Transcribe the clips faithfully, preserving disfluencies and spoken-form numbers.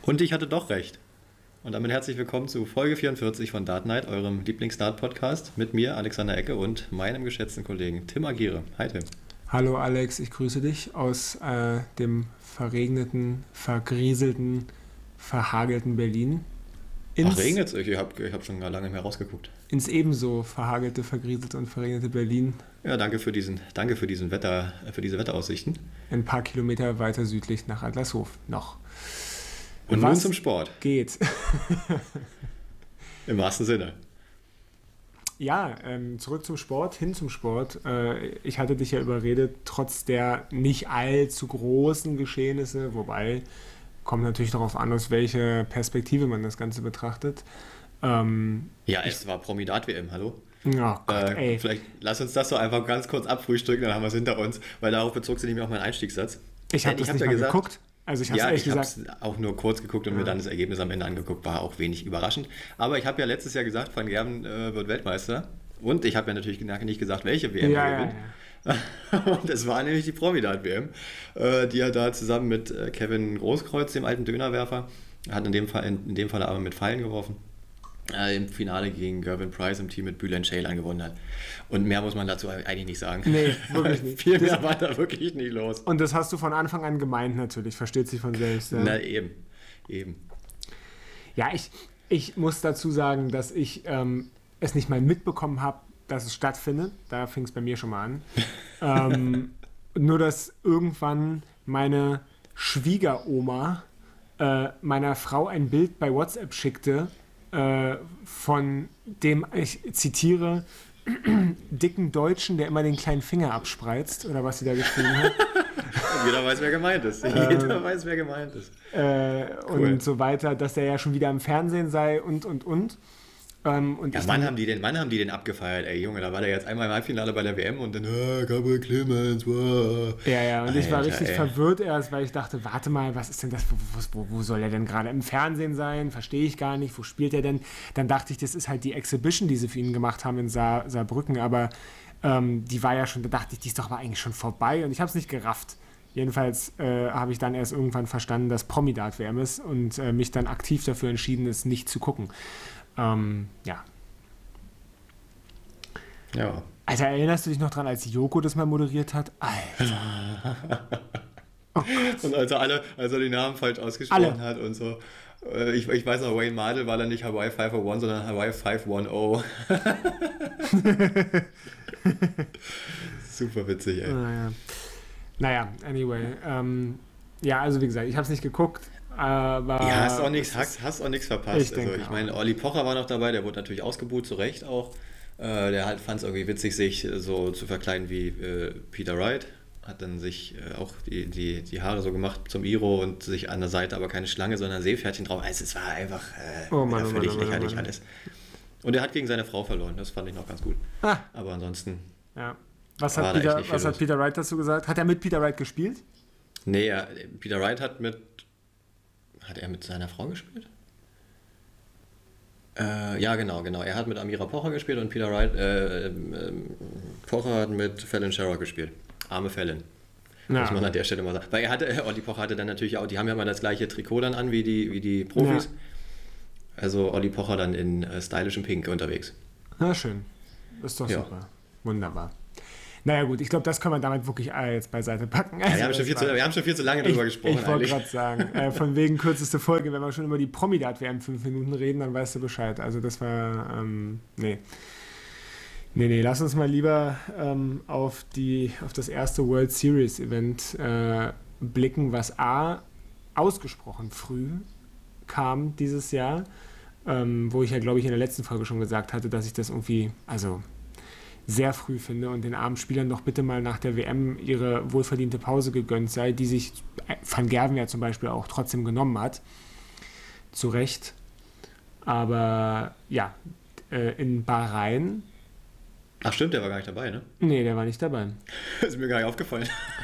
Und ich hatte doch recht. Und damit herzlich willkommen zu Folge vierundvierzig von Dart Night, eurem Lieblings-Dart-Podcast mit mir, Alexander Ecke, und meinem geschätzten Kollegen Tim Agiere. Hi Tim. Hallo Alex, ich grüße dich aus äh, dem verregneten, vergrieselten, verhagelten Berlin. Ins, Ach, regnet's? Ich habe ich hab schon gar lange nicht mehr rausgeguckt. Ins ebenso verhagelte, vergrieselte und verregnete Berlin. Ja, danke für diesen, danke für diesen Wetter, für diese Wetteraussichten. Ein paar Kilometer weiter südlich nach Adlershof noch. Und Was nun zum Sport. Geht. Im wahrsten Sinne. Ja, ähm, zurück zum Sport, hin zum Sport. Äh, ich hatte dich ja überredet, trotz der nicht allzu großen Geschehnisse, wobei, kommt natürlich darauf an, aus welcher Perspektive man das Ganze betrachtet. Ähm, ja, es war Promi-Dart-W M, hallo? Oh Gott, äh, ey. Vielleicht lass uns das so einfach ganz kurz abfrühstücken, dann haben wir es hinter uns, weil darauf bezog sich nämlich auch mein Einstiegssatz. Ich habe das hab nicht ja mal gesagt, geguckt. Also ich habe ja, ehrlich ich habe gesagt auch nur kurz geguckt und ja. mir dann das Ergebnis am Ende angeguckt, war auch wenig überraschend. Aber ich habe ja letztes Jahr gesagt, Van Gerwen äh, wird Weltmeister. Und ich habe ja natürlich nicht gesagt, welche W M ja, er ja, gewinnt. Ja. Und es war nämlich die Promi-Dart-W M, äh, die er da zusammen mit äh, Kevin Großkreuz, dem alten Dönerwerfer, hat in dem Fall, in, in dem Fall aber mit Pfeilen geworfen, äh, im Finale gegen Gervin Price im Team mit Bülent Ceylan gewonnen hat. Und mehr muss man dazu eigentlich nicht sagen. Nee, wirklich nicht. Viel mehr war da wirklich nicht los. Und das hast du von Anfang an gemeint natürlich, versteht sich von selbst. Ja. Na eben, eben. Ja, ich, ich muss dazu sagen, dass ich ähm, es nicht mal mitbekommen habe, dass es stattfindet. Da fing es bei mir schon mal an. ähm, nur, dass irgendwann meine Schwiegeroma äh, meiner Frau ein Bild bei WhatsApp schickte, äh, von dem, ich zitiere, dicken Deutschen, der immer den kleinen Finger abspreizt, oder was sie da geschrieben hat. Jeder weiß, wer gemeint ist. Jeder ähm, weiß, wer gemeint ist. Äh, cool. Und so weiter, dass er ja schon wieder im Fernsehen sei und, und, und. Ähm, und ja, Mann, haben die den, Mann, haben die den abgefeiert, ey Junge, da war der jetzt einmal im Halbfinale bei der W M und dann, ah, Gabriel Clemens, wow. Ja, ja, und Alter, ich war richtig ey. verwirrt erst, weil ich dachte, warte mal, was ist denn das, wo, wo, wo soll er denn gerade im Fernsehen sein? Verstehe ich gar nicht, wo spielt er denn? Dann dachte ich, das ist halt die Exhibition, die sie für ihn gemacht haben in Saar, Saarbrücken, aber ähm, die war ja schon, da dachte ich, die ist doch aber eigentlich schon vorbei und ich habe es nicht gerafft. Jedenfalls äh, habe ich dann erst irgendwann verstanden, dass Promi-Dart-W M ist und äh, mich dann aktiv dafür entschieden, es nicht zu gucken. Ähm, ja. Ja. Alter, erinnerst du dich noch dran, als Joko das mal moderiert hat? Alter. Oh und als er, alle, als er die Namen falsch ausgesprochen alle. hat und so. Ich, ich weiß noch, Wayne Mardell war dann nicht Hawaii fünf null eins, sondern Hawaii fünf null null. Super witzig, ey. Naja, naja anyway. Ähm, ja, also wie gesagt, ich habe es nicht geguckt. Aber ja, hast auch nichts hast, hast auch nichts verpasst. Ich, also, ich meine, Olli Pocher war noch dabei, der wurde natürlich ausgebuht, zu Recht auch. Äh, der halt fand es irgendwie witzig, sich so zu verkleiden wie äh, Peter Wright. Hat dann sich äh, auch die, die, die Haare so gemacht zum Iro und sich an der Seite aber keine Schlange, sondern ein Seepferdchen drauf. Also es war einfach äh, oh Mann, völlig oh Mann, lächerlich oh Mann. alles. Und er hat gegen seine Frau verloren, das fand ich noch ganz gut. Ah. Aber ansonsten. Ja. Was, hat Peter, was hat Peter Wright dazu gesagt? Hat er mit Peter Wright gespielt? Nee, er, Peter Wright hat mit. Hat er mit seiner Frau gespielt? Äh, ja, genau, genau. Er hat mit Amira Pocher gespielt und Peter Wright, äh, äh, Pocher hat mit Fallon Sherrock gespielt. Arme Fallon. Ja. Muss man an der Stelle mal sagen. Weil er hatte, Olli Pocher hatte dann natürlich auch, die haben ja mal das gleiche Trikot dann an wie die, wie die Profis. Ja. Also Olli Pocher dann in äh, stylischem Pink unterwegs. Na schön. Das ist doch ja. super. Wunderbar. Naja gut, ich glaube, das können wir damit wirklich äh, jetzt beiseite packen. Also, ja, wir, haben schon viel zu, wir haben schon viel zu lange drüber ich, gesprochen. Ich wollte gerade sagen, äh, von wegen kürzeste Folge, wenn wir schon über die Promi-Dart-W M fünf Minuten reden, dann weißt du Bescheid. Also das war, ähm, nee. Nee, nee, lass uns mal lieber ähm, auf, die, auf das erste World Series Event äh, blicken, was A, ausgesprochen früh kam dieses Jahr, ähm, wo ich ja, glaube ich, in der letzten Folge schon gesagt hatte, dass ich das irgendwie, also sehr früh finde und den armen Spielern doch bitte mal nach der W M ihre wohlverdiente Pause gegönnt sei, die sich Van Gerwen ja zum Beispiel auch trotzdem genommen hat. Zu Recht. Aber ja, äh, in Bahrain. Ach stimmt, der war gar nicht dabei, ne? Nee, der war nicht dabei. Ist mir gar nicht aufgefallen.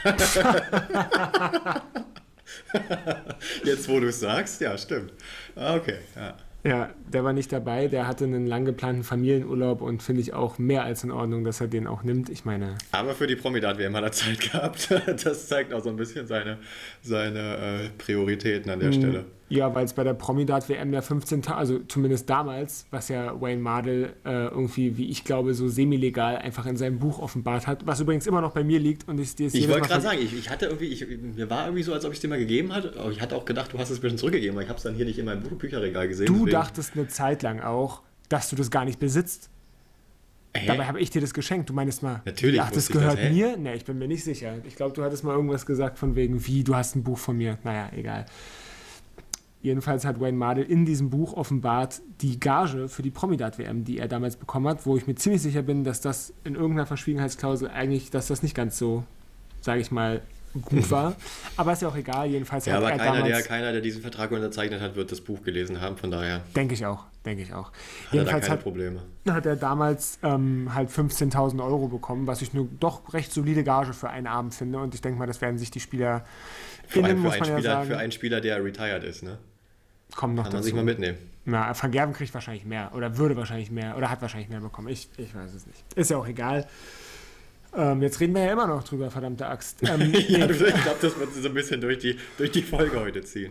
Jetzt, wo du es sagst, ja, stimmt. Okay, ja. Ja, der war nicht dabei, der hatte einen lang geplanten Familienurlaub und finde ich auch mehr als in Ordnung, dass er den auch nimmt. Ich meine... Aber für die Promi-Dart-W M hat er Zeit gehabt. Das zeigt auch so ein bisschen seine, seine äh, Prioritäten an der Stelle. Ja, weil es bei der Promidart-W M ja fünfzehn Tage, also zumindest damals, was ja Wayne Mardell äh, irgendwie, wie ich glaube, so semi-legal einfach in seinem Buch offenbart hat, was übrigens immer noch bei mir liegt und ich dir Ich wollte gerade sagen, ich, ich hatte irgendwie, ich, mir war irgendwie so, als ob ich es dir mal gegeben hatte, aber ich hatte auch gedacht, du hast es mir schon zurückgegeben, weil ich habe es dann hier nicht in meinem Buch- Bücherregal gesehen. Du deswegen. dachtest eine Zeit lang auch, dass du das gar nicht besitzt. Hä? Dabei habe ich dir das geschenkt. Du meinst mal, Natürlich, ach, das gehört das, mir? Ne, ich bin mir nicht sicher. Ich glaube, du hattest mal irgendwas gesagt von wegen, wie, du hast ein Buch von mir. Naja, egal. Jedenfalls hat Wayne Mardell in diesem Buch offenbart die Gage für die Promidart-W M, die er damals bekommen hat, wo ich mir ziemlich sicher bin, dass das in irgendeiner Verschwiegenheitsklausel eigentlich, dass das nicht ganz so, sage ich mal, gut war. Aber ist ja auch egal, jedenfalls ja, hat aber er keiner, damals... der, keiner, der diesen Vertrag unterzeichnet hat, wird das Buch gelesen haben, von daher... Denke ich auch, denke ich auch. Hat jedenfalls er da keine hat, Probleme. hat er damals ähm, halt fünfzehntausend Euro bekommen, was ich eine doch recht solide Gage für einen Abend finde und ich denke mal, das werden sich die Spieler... Für, ein, für, muss ein man Spieler, ja sagen, für einen Spieler, der retired ist, ne? Kommt noch Kann man dazu. sich mal mitnehmen. Na, Van Gerven kriegt wahrscheinlich mehr oder würde wahrscheinlich mehr oder hat wahrscheinlich mehr bekommen. Ich, ich weiß es nicht. Ist ja auch egal. Ähm, jetzt reden wir ja immer noch drüber, verdammte Axt. Ähm, ja, ich glaube, das wird so ein bisschen durch die, durch die Folge heute ziehen.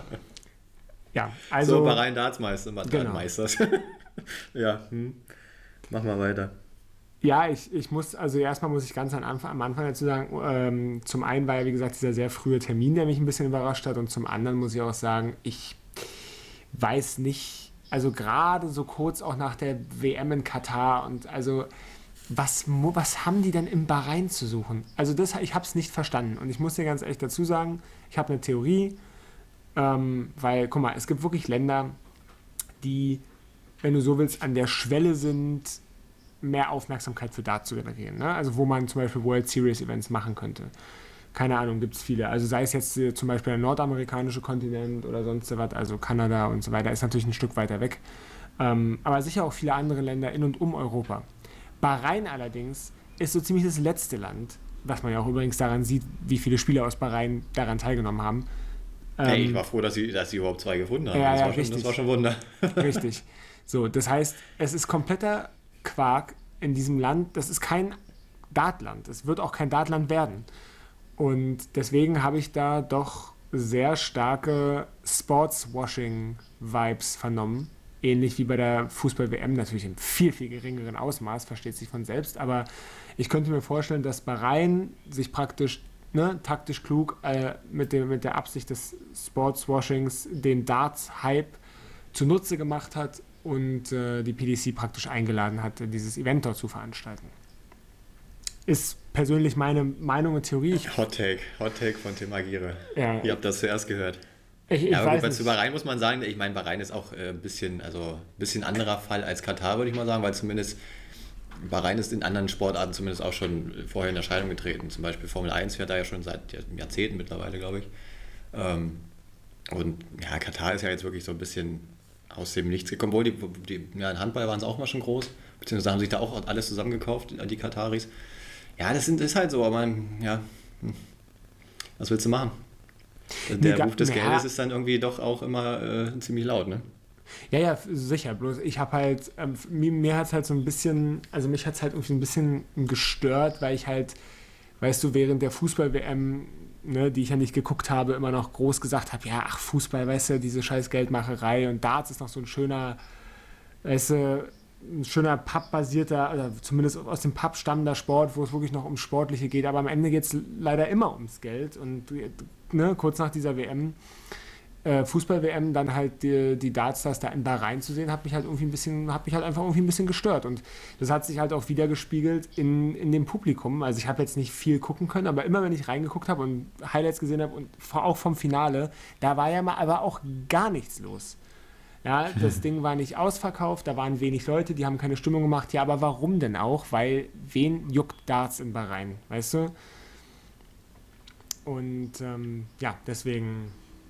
ja, also... So, Bahrain Dartsmeister, genau. Meisters. ja, hm. Mach mal weiter. Ja, ich, ich muss, also erstmal muss ich ganz am Anfang, am Anfang dazu sagen, ähm, zum einen war ja, wie gesagt, dieser sehr frühe Termin, der mich ein bisschen überrascht hat und zum anderen muss ich auch sagen, ich weiß nicht, also gerade so kurz auch nach der W M in Katar und also was, was haben die denn im Bahrain zu suchen? Also das, ich habe es nicht verstanden und ich muss dir ganz ehrlich dazu sagen, ich habe eine Theorie, ähm, weil, guck mal, es gibt wirklich Länder, die, wenn du so willst, an der Schwelle sind, mehr Aufmerksamkeit für Dart zu generieren. Ne? Also wo man zum Beispiel World Series Events machen könnte. Keine Ahnung, gibt es viele. Also sei es jetzt äh, zum Beispiel der nordamerikanische Kontinent oder sonst was, also Kanada und so weiter, ist natürlich ein Stück weiter weg. Ähm, aber sicher auch viele andere Länder in und um Europa. Bahrain allerdings ist so ziemlich das letzte Land, was man ja auch übrigens daran sieht, wie viele Spieler aus Bahrain daran teilgenommen haben. Ähm, hey, ich war froh, dass sie, dass sie überhaupt zwei gefunden haben. Ja, das, ja, war schon, das war schon Wunder. Richtig. So, das heißt, es ist kompletter Quark in diesem Land. Das ist kein Dartland. Es wird auch kein Dartland werden. Und deswegen habe ich da doch sehr starke Sportswashing-Vibes vernommen. Ähnlich wie bei der Fußball-W M, natürlich im viel, viel geringeren Ausmaß, versteht sich von selbst. Aber ich könnte mir vorstellen, dass Bahrain sich praktisch ne, taktisch klug äh, mit, dem, mit der Absicht des Sportswashings den Darts-Hype zunutze gemacht hat und äh, die P D C praktisch eingeladen hat, dieses Event dort zu veranstalten. Ist persönlich meine Meinung und Theorie. Ich, Hot Take, Hot Take von Tim Agire. Ja. Ihr habt das zuerst gehört. Ich, ich ja, aber weiß gut, nicht. zu Bahrain muss man sagen, ich meine, Bahrain ist auch ein äh, bisschen, also ein bisschen anderer Fall als Katar, würde ich mal sagen, weil zumindest Bahrain ist in anderen Sportarten zumindest auch schon vorher in Erscheinung getreten. Zum Beispiel Formel eins fährt da ja schon seit Jahrzehnten mittlerweile, glaube ich. Ähm, und ja, Katar ist ja jetzt wirklich so ein bisschen aus dem Nichts gekommen. Obwohl, die, die, ja, in Handball waren es auch mal schon groß, beziehungsweise haben sich da auch alles zusammengekauft, die Kataris. Ja, das sind, ist halt so, aber ja, was willst du machen? Der nee, Ruf des ja. Geldes ist dann irgendwie doch auch immer äh, ziemlich laut, ne? Ja, ja, sicher. Bloß ich habe halt, ähm, mir, mir hat es halt so ein bisschen, also mich hat es halt irgendwie ein bisschen gestört, weil ich halt, weißt du, während der Fußball-W M, ne, die ich ja nicht geguckt habe, immer noch groß gesagt habe, ja, ach, Fußball, weißt du, diese scheiß Geldmacherei und Darts ist noch so ein schöner, weißt du, ein schöner Pub-basierter, oder zumindest aus dem Pub stammender Sport, wo es wirklich noch um Sportliche geht, aber am Ende geht es leider immer ums Geld und ne, kurz nach dieser W M, äh, Fußball-W M, dann halt die, die Dartstars da in Bahrain zu sehen, hat mich halt irgendwie ein bisschen, hat mich halt einfach irgendwie ein bisschen gestört und das hat sich halt auch wieder gespiegelt in, in dem Publikum, also ich habe jetzt nicht viel gucken können, aber immer wenn ich reingeguckt habe und Highlights gesehen habe und auch vom Finale, da war ja mal aber auch gar nichts los. Ja, das Ding war nicht ausverkauft, da waren wenig Leute, die haben keine Stimmung gemacht. Ja, aber warum denn auch? Weil wen juckt Darts in Bahrain, weißt du? Und ähm, ja, deswegen.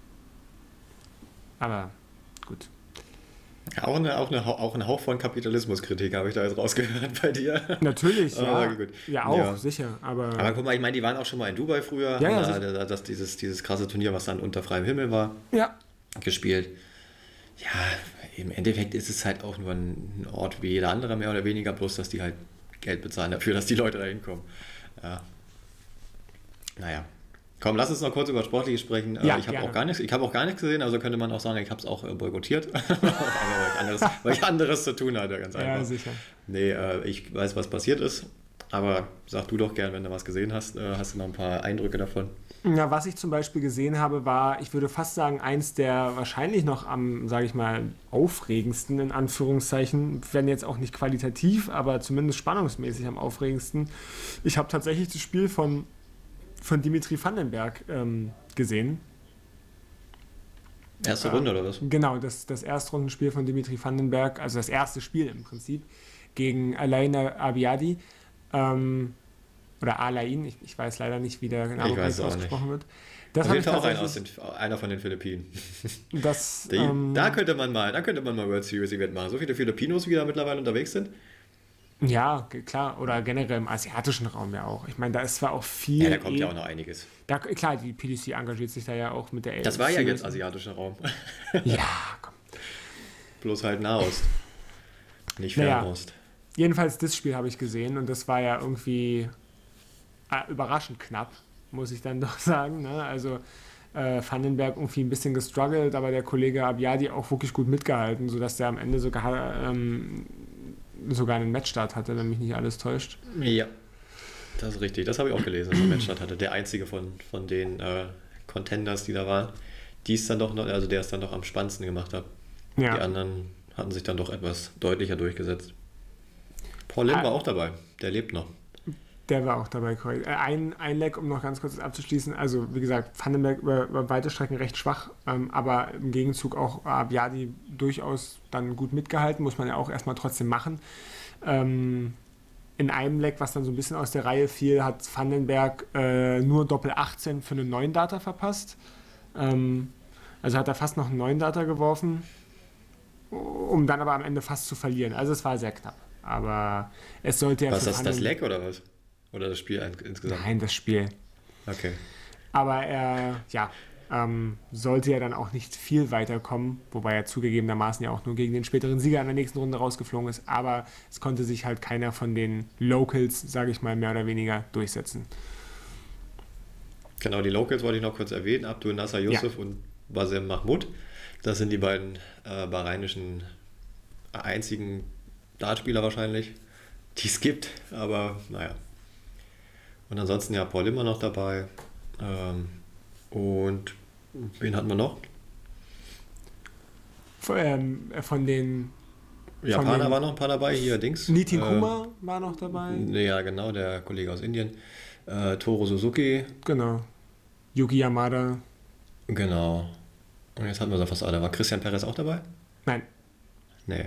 Aber gut. Ja, auch, eine, auch, eine, auch ein Hauch von Kapitalismuskritik habe ich da jetzt rausgehört bei dir. Natürlich, ja. Aber gut. Ja, auch, ja. sicher. Aber, aber guck mal, ich meine, die waren auch schon mal in Dubai früher. Ja, ja, da, da, das, dieses, dieses krasse Turnier, was dann unter freiem Himmel war, ja. gespielt. Ja, im Endeffekt ist es halt auch nur ein Ort wie jeder andere, mehr oder weniger, bloß dass die halt Geld bezahlen dafür, dass die Leute da hinkommen. Ja. Naja. Komm, lass uns noch kurz über Sportliches sprechen. Ja, ich habe gerne. auch gar nichts, ich habe auch gar nichts gesehen, also könnte man auch sagen, ich habe es auch äh, boykottiert, einfach weil ich, anderes, weil ich anderes zu tun hatte, ganz einfach. Ja, sicher. Nee, äh, ich weiß, was passiert ist, aber sag du doch gern, wenn du was gesehen hast, äh, hast du noch ein paar Eindrücke davon? Ja, was ich zum Beispiel gesehen habe, war, ich würde fast sagen, eins der wahrscheinlich noch am, sage ich mal, aufregendsten, in Anführungszeichen, wenn jetzt auch nicht qualitativ, aber zumindest spannungsmäßig am aufregendsten. Ich habe tatsächlich das Spiel von, von Dimitri Vandenberg ähm, gesehen. Erste Runde oder was? Genau, das, das Erstrundenspiel von Dimitri Vandenberg, also das erste Spiel im Prinzip, gegen Alain Abiadi. Ähm, oder Alain, ich, ich weiß leider nicht, wie der Name weiß auch ausgesprochen nicht. wird. Das Auf habe jeden ich Fall auch einer, aus tatsächlich, den, einer von den Philippinen. das, Die, ähm, da könnte man mal, da könnte man mal World Series Event machen. So viele Filipinos, wie da mittlerweile unterwegs sind. ja, ge- klar, oder generell im asiatischen Raum ja auch. Ich meine, da ist zwar auch viel. Ja, da kommt eh, ja auch noch einiges. da, klar, die P D C engagiert sich da ja auch mit der Das war ja Series. jetzt asiatischer Raum. Ja, komm. Bloß halt Nahost. Nicht Naja. Fernost. Jedenfalls das Spiel habe ich gesehen und das war ja irgendwie äh, überraschend knapp, muss ich dann doch sagen. Ne? Also äh, Vandenberg irgendwie ein bisschen gestruggelt, aber der Kollege Abiadi auch wirklich gut mitgehalten, sodass der am Ende sogar, ähm, sogar einen Matchstart hatte, wenn mich nicht alles täuscht. Ja, das ist richtig. Das habe ich auch gelesen, dass er Matchstart hatte. Der einzige von, von den äh, Contenders, die da waren, die es dann doch noch, also der es dann doch am spannendsten gemacht hat. Ja. Die anderen hatten sich dann doch etwas deutlicher durchgesetzt. Paul Lim Ah. war auch dabei. Der lebt noch. Der war auch dabei, korrekt. Äh, Ein, ein Leck, um noch ganz kurz abzuschließen. Also, wie gesagt, Vandenberg über, über weite Strecken recht schwach, ähm, aber im Gegenzug auch Abiadi durchaus dann gut mitgehalten, muss man ja auch erstmal trotzdem machen. Ähm, in einem Leck, was dann so ein bisschen aus der Reihe fiel, hat Vandenberg äh, nur Doppel achtzehn für einen neuen Data verpasst. Ähm, also hat er fast noch einen neuen Data geworfen, um dann aber am Ende fast zu verlieren. Also es war sehr knapp. Aber es sollte ja Was für ist das, das Vanden- Leck oder was? Oder das Spiel ein- insgesamt? Nein, das Spiel. Okay. Aber er, ja, ähm, sollte ja dann auch nicht viel weiterkommen, wobei er zugegebenermaßen ja auch nur gegen den späteren Sieger in der nächsten Runde rausgeflogen ist. Aber es konnte sich halt keiner von den Locals, sage ich mal, mehr oder weniger durchsetzen. Genau, die Locals wollte ich noch kurz erwähnen. Abdul Nasser Yusuf und Basem Mahmoud. Das sind die beiden äh, bahrainischen einzigen Dartspieler wahrscheinlich, die es gibt. Aber naja. Und ansonsten ja Paul immer noch dabei. Ähm, und wen hatten wir noch? Von, ähm, von den Japaner den- war noch ein paar dabei. Hier Dings. Nitin Äh, Kuma war noch dabei. Ja, genau, der Kollege aus Indien. Äh, Toro Suzuki. Genau. Yuki Yamada. Genau. Und jetzt hatten wir so fast alle. War Christian Perez auch dabei? Nein, Nee.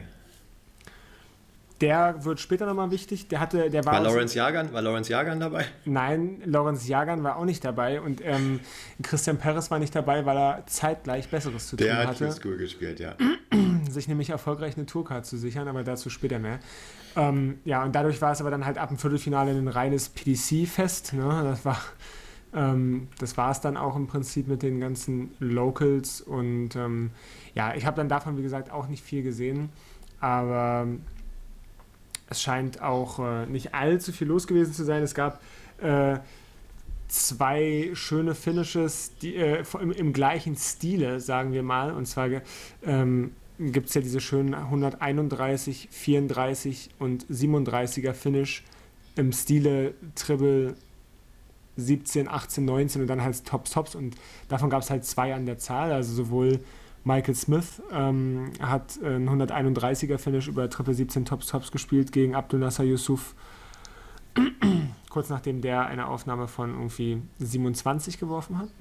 der wird später nochmal wichtig. Der hatte, der war, War aus- Lawrence Jagan? War Lawrence Jagan dabei? Nein, Lorenz Jagan war auch nicht dabei und ähm, Christian Perez war nicht dabei, weil er zeitgleich Besseres zu tun Der hat hatte. für School gespielt, ja. Sich nämlich erfolgreich eine Tourcard zu sichern, aber dazu später mehr. Ähm, ja, und dadurch war es aber dann halt ab dem Viertelfinale ein reines P D C-Fest. Ne? Das war ähm, das war es dann auch im Prinzip mit den ganzen Locals und ähm, ja, ich habe dann davon, wie gesagt, auch nicht viel gesehen, aber es scheint auch äh, nicht allzu viel los gewesen zu sein. Es gab äh, zwei schöne Finishes die, äh, im, im gleichen Stile, sagen wir mal. Und zwar ähm, gibt es ja diese schönen hunderteinunddreißig, vierunddreißig und siebenunddreißiger Finish im Stile Triple siebzehn, achtzehn, neunzehn und dann halt Tops, Tops. Und davon gab es halt zwei an der Zahl. Also sowohl Michael Smith ähm, hat einen hunderteinunddreißiger Finish über Triple siebzehn Tops, Tops gespielt gegen Abdul Nasser Yusuf. Kurz nachdem der eine Aufnahme von irgendwie siebenundzwanzig geworfen hat.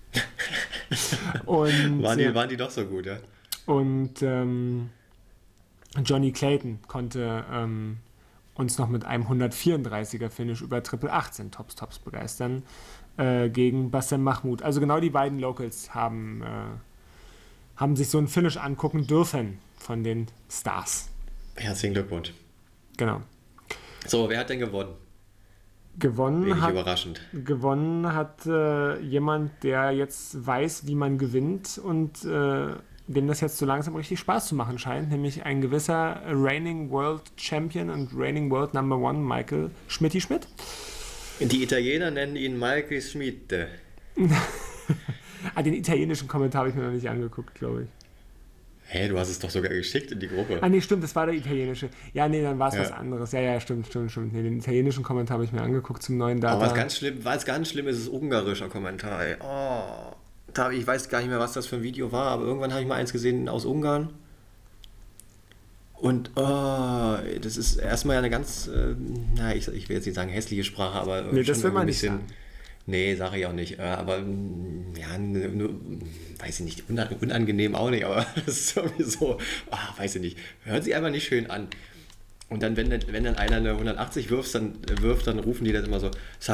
und, Waren die, ja, waren die doch so gut, ja? und ähm, Johnny Clayton konnte ähm, uns noch mit einem hundertvierunddreißiger Finish über Triple achtzehn Tops, Tops begeistern äh, gegen Basem Mahmoud. Also genau die beiden Locals haben, äh, haben sich so einen Finish angucken dürfen von den Stars. Herzlichen Glückwunsch. Genau. So, wer hat denn gewonnen? Gewonnen Wenig hat, überraschend. gewonnen hat äh, jemand, der jetzt weiß, wie man gewinnt und äh, dem das jetzt so langsam richtig Spaß zu machen scheint, nämlich ein gewisser Reigning World Champion und Reigning World Number One Michael Schmidti Schmidt. Die Italiener nennen ihn Michael Schmidt. ah, den italienischen Kommentar habe ich mir noch nicht angeguckt, glaube ich. Hä, hey, du hast es doch sogar geschickt in die Gruppe. Ah, nee, stimmt, das war der italienische. Ja, nee, dann war es ja. was anderes. Ja, ja, stimmt, stimmt, stimmt. Nee, den italienischen Kommentar habe ich mir angeguckt zum neuen Data. Aber was ganz schlimm, was ganz schlimm ist, ist ungarischer Kommentar. Ey. Oh, da, ich weiß gar nicht mehr, was das für ein Video war, aber irgendwann habe ich mal eins gesehen aus Ungarn. Und oh, das ist erstmal eine ganz, äh, na, ich, ich will jetzt nicht sagen hässliche Sprache, aber nee, das will man ein nicht bisschen. sagen. Nee, sage ich auch nicht. Aber ja, nur, weiß ich nicht, unangenehm auch nicht, aber das ist irgendwie so, ach, weiß ich nicht. Hört sich einfach nicht schön an. Und dann, wenn, wenn dann einer eine hundertachtzig wirft, dann, wirft, dann rufen die das immer so,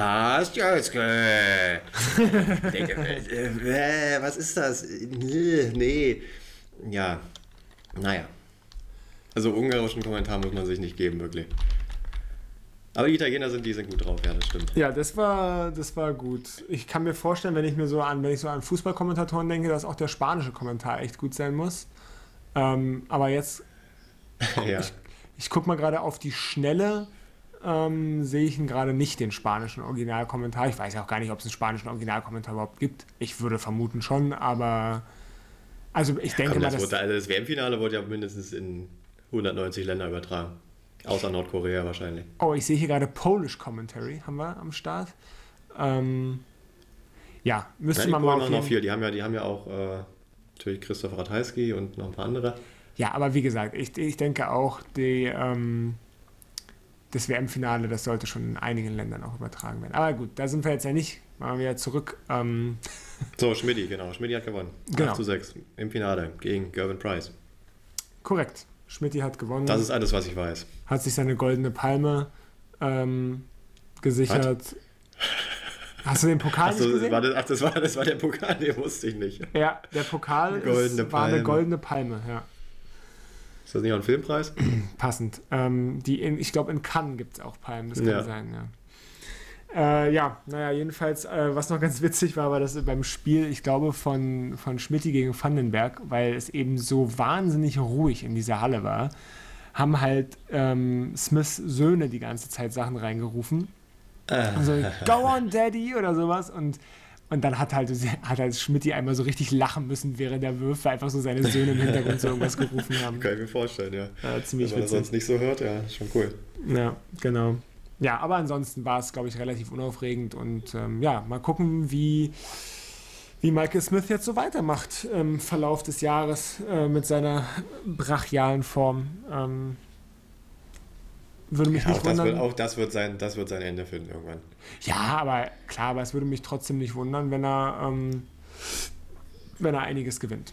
Sastjölske. Denke, äh, was ist das? Nee. Ja, naja. Also ungarischen Kommentar muss man sich nicht geben, wirklich. Aber die Italiener sind, die sind gut drauf, ja, das stimmt. Ja, das war, das war gut. Ich kann mir vorstellen, wenn ich mir so an, wenn ich so an Fußballkommentatoren denke, dass auch der spanische Kommentar echt gut sein muss. Ähm, aber jetzt, ja. ich, ich gucke mal gerade auf die Schnelle, ähm, sehe ich gerade nicht den spanischen Originalkommentar. Ich weiß ja auch gar nicht, ob es einen spanischen Originalkommentar überhaupt gibt. Ich würde vermuten schon, aber also ich ja, denke komm, mal, das, dass... Wurde, also das W M-Finale wurde ja mindestens in hundertneunzig Länder übertragen. Außer Nordkorea wahrscheinlich. Oh, ich sehe hier gerade Polish Commentary, haben wir am Start. Ähm, ja, müsste man mal. Noch, noch viel. Die haben ja, die haben ja auch äh, natürlich Christoph Ratajski und noch ein paar andere. Ja, aber wie gesagt, ich, ich denke auch, die, ähm, das W M-Finale, das sollte schon in einigen Ländern auch übertragen werden. Aber gut, da sind wir jetzt ja nicht. Machen wir wieder zurück. Ähm, so, Schmidti, genau. Schmidti hat gewonnen. Genau. acht zu sechs im Finale gegen Gervin Price. Korrekt. Schmidti hat gewonnen. Das ist alles, was ich weiß. Hat sich seine goldene Palme ähm, gesichert. Hat? Hast du den Pokal ach so, nicht gesehen? War das, ach, das war, das war der Pokal, den wusste ich nicht. Ja, der Pokal goldene ist, war eine goldene Palme, ja. Ist das nicht auch ein Filmpreis? Passend. Ähm, die in, ich glaube, in Cannes gibt es auch Palmen, das kann ja. sein, ja. Äh, ja, naja, jedenfalls, äh, was noch ganz witzig war, war das beim Spiel, ich glaube, von, von Schmidti gegen Vandenberg, weil es eben so wahnsinnig ruhig in dieser Halle war, haben halt ähm, Smiths Söhne die ganze Zeit Sachen reingerufen. Äh. Also, go on, Daddy, oder sowas. Und, und dann hat halt, hat halt Schmidti einmal so richtig lachen müssen, während der Würfe einfach so seine Söhne im Hintergrund so irgendwas gerufen haben. Kann ich mir vorstellen, ja. ja ziemlich Wenn man witzig. das sonst nicht so hört, ja, ist schon cool. Ja, genau. Ja, aber ansonsten war es, glaube ich, relativ unaufregend und ähm, ja, mal gucken, wie, wie Michael Smith jetzt so weitermacht im Verlauf des Jahres äh, mit seiner brachialen Form. Ähm, würde mich ja, nicht auch das wundern. Wird, auch das wird, sein, das wird sein Ende finden irgendwann. Ja, aber klar, aber es würde mich trotzdem nicht wundern, wenn er, ähm, wenn er einiges gewinnt.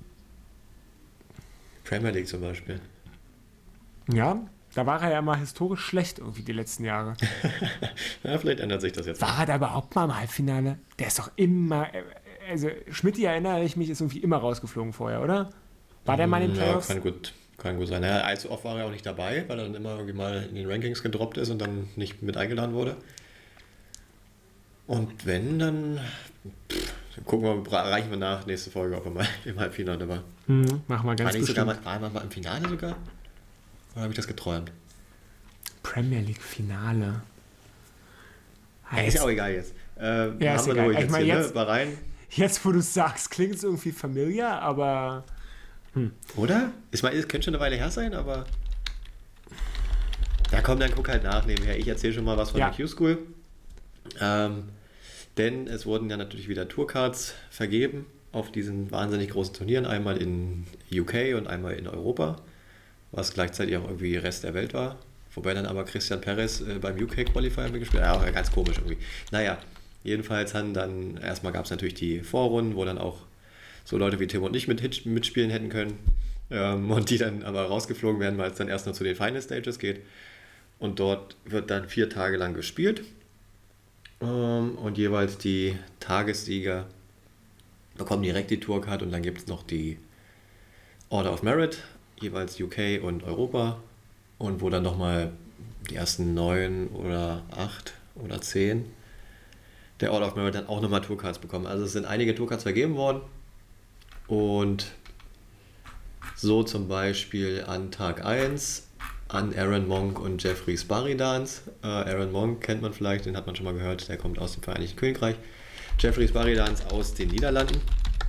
Premier League zum Beispiel. Ja, da war er ja mal historisch schlecht irgendwie die letzten Jahre. ja, vielleicht ändert sich das jetzt. War er da überhaupt mal im Halbfinale? Der ist doch immer... Also Schmidti, erinnere ich mich, ist irgendwie immer rausgeflogen vorher, oder? War der mal in den Playoffs? Ja, kann gut, kann gut sein. Ja, allzu oft war er auch nicht dabei, weil er dann immer irgendwie mal in den Rankings gedroppt ist und dann nicht mit eingeladen wurde. Und wenn, dann, pff, dann gucken wir, reichen wir nach, nächste Folge, ob er mal im Halbfinale war. Mhm, machen wir ganz war nicht sogar bestimmt. mal, war er mal im Finale sogar? Oder habe ich das geträumt? Premier League Finale. Ja, ist ja auch egal jetzt. Äh, ja, haben ist wir egal. durch Ich jetzt, mein, hier, jetzt, ne? Bahrain. Jetzt, wo du es sagst, klingt es irgendwie familiar, aber... Hm. Oder? Ist mal, es könnte schon eine Weile her sein, aber... Ja komm, dann guck halt nach nebenher. Ich erzähle schon mal was von ja. der Q-School. Ähm, denn es wurden ja natürlich wieder Tourcards vergeben auf diesen wahnsinnig großen Turnieren. Einmal in U K und einmal in Europa. Was gleichzeitig auch irgendwie Rest der Welt war. Wobei dann aber Christian Perez äh, beim U K-Qualifier mitgespielt hat. Ja, auch ganz komisch irgendwie. Naja, jedenfalls haben dann, erstmal gab es natürlich die Vorrunden, wo dann auch so Leute wie Tim und ich mit, mitspielen hätten können. Ähm, und die dann aber rausgeflogen werden, weil es dann erst noch zu den Final Stages geht. Und dort wird dann vier Tage lang gespielt. Ähm, und jeweils die Tagessieger bekommen direkt die Tourcard und dann gibt es noch die Order of Merit, jeweils U K und Europa. Und wo dann nochmal die ersten neun oder acht oder zehn der Order of Merit dann auch nochmal Tourcards bekommen. Also es sind einige Tourcards vergeben worden. Und so zum Beispiel an Tag eins an Aaron Monk und Jeffrey Sparidans. Äh, Aaron Monk kennt man vielleicht, den hat man schon mal gehört, der kommt aus dem Vereinigten Königreich. Jeffrey Sparridans aus den Niederlanden.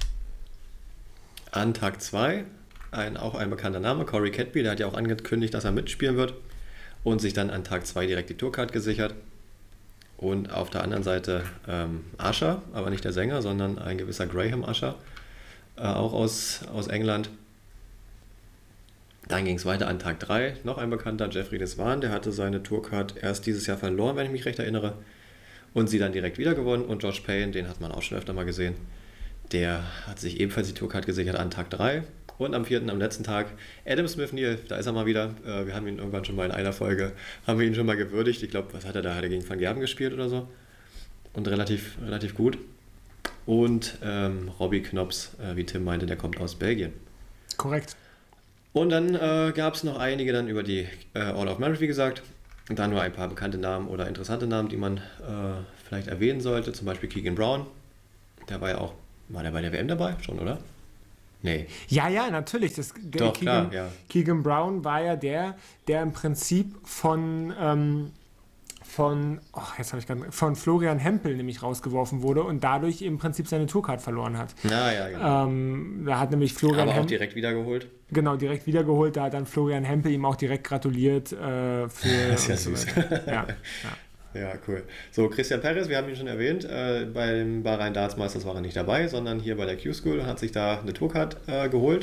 An Tag zwei ein, auch ein bekannter Name, Corey Cadby, der hat ja auch angekündigt, dass er mitspielen wird und sich dann an Tag zwei direkt die Tourcard gesichert. Und auf der anderen Seite ähm, Usher, aber nicht der Sänger, sondern ein gewisser Graham Usher, äh, auch aus, aus England. Dann ging es weiter an Tag drei, noch ein bekannter, Jeffrey Desvan, der hatte seine Tourcard erst dieses Jahr verloren, wenn ich mich recht erinnere, und sie dann direkt wieder gewonnen. Und Josh Payne, den hat man auch schon öfter mal gesehen, der hat sich ebenfalls die Tourcard gesichert an Tag drei. Und am vierten, am letzten Tag, Adam Smith-Neal, da ist er mal wieder. Äh, wir haben ihn irgendwann schon mal in einer Folge, haben wir ihn schon mal gewürdigt. Ich glaube, was hat er da? Hat er gegen Van Gerben gespielt oder so? Und relativ, relativ gut. Und ähm, Robbie Knops, äh, wie Tim meinte, der kommt aus Belgien. Korrekt. Und dann äh, gab es noch einige dann über die äh, All of Merit, wie gesagt. Und dann nur ein paar bekannte Namen oder interessante Namen, die man äh, vielleicht erwähnen sollte. Zum Beispiel Keegan Brown. Der war ja auch, war der bei der W M dabei? Schon, oder? Nee. Ja, ja, natürlich. Das, der Doch, Keegan, klar, ja. Keegan Brown war ja der, der im Prinzip von, ähm, von, oh, jetzt habe ich gerade, von Florian Hempel nämlich rausgeworfen wurde und dadurch im Prinzip seine Tourcard verloren hat. Ja, ja, genau. Ähm, da hat nämlich Florian Aber auch Hempel direkt wiedergeholt. Genau, direkt wiedergeholt. Da hat dann Florian Hempel ihm auch direkt gratuliert äh, für. Das ist ja so süß. Ja, ja. Ja, cool. So, Christian Perez, wir haben ihn schon erwähnt, äh, beim Bahrain Darts Masters war er nicht dabei, sondern hier bei der Q-School und hat sich da eine Tourcard äh, geholt.